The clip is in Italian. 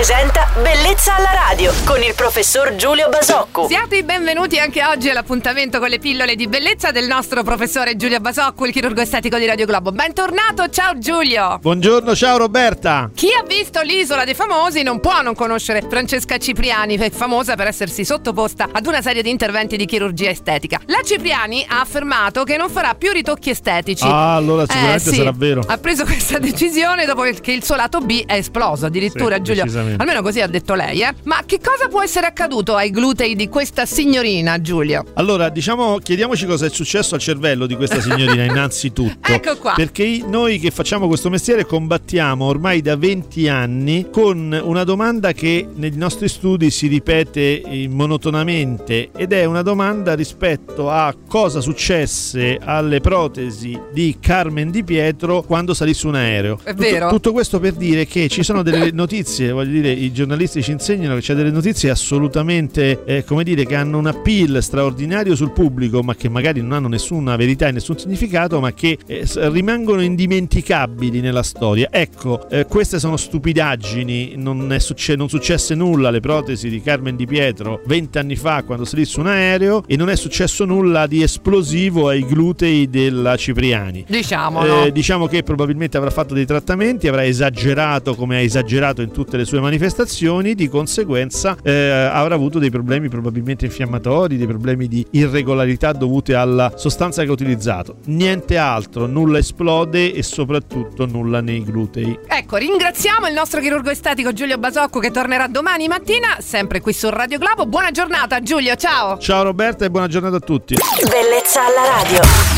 presenta Bellezza alla radio con il professor Giulio Basoccu. Siate i benvenuti anche oggi all'appuntamento con le pillole di bellezza del nostro professore Giulio Basoccu, il chirurgo estetico di Radio Globo. Bentornato, ciao Giulio. Buongiorno, ciao Roberta. Chi ha visto l'Isola dei Famosi non può non conoscere Francesca Cipriani, famosa per essersi sottoposta ad una serie di interventi di chirurgia estetica. La Cipriani ha affermato che non farà più ritocchi estetici. Allora sicuramente sì, sarà vero. Ha preso questa decisione dopo che il suo lato B è esploso addirittura, sì, Giulio. Almeno così ha detto lei, Ma che cosa può essere accaduto ai glutei di questa signorina, Giulio? Allora, chiediamoci cosa è successo al cervello di questa signorina innanzitutto. Ecco qua. Perché noi che facciamo questo mestiere combattiamo ormai da 20 anni con una domanda che nei nostri studi si ripete monotonamente, ed è una domanda rispetto a cosa successe alle protesi di Carmen Di Pietro quando salì su un aereo. È vero. Tutto questo per dire che ci sono delle notizie, voglio dire, i giornalisti ci insegnano che c'è delle notizie assolutamente che hanno un appeal straordinario sul pubblico, ma che magari non hanno nessuna verità e nessun significato, ma che rimangono indimenticabili nella storia. Ecco, queste sono stupidaggini. Non successe nulla alle protesi di Carmen Di Pietro 20 anni fa quando salì su un aereo, e non è successo nulla di esplosivo ai glutei della Cipriani. Diciamo che probabilmente avrà fatto dei trattamenti, avrà esagerato come ha esagerato in tutte le sue manifestazioni, di conseguenza avrà avuto dei problemi probabilmente infiammatori, dei problemi di irregolarità dovute alla sostanza che ha utilizzato. Niente altro, nulla esplode e soprattutto nulla nei glutei. Ecco, ringraziamo il nostro chirurgo estetico Giulio Basoccu, che tornerà domani mattina sempre qui su Radio Globo. Buona giornata Giulio, ciao. Ciao Roberta e buona giornata a tutti. Bellezza alla radio.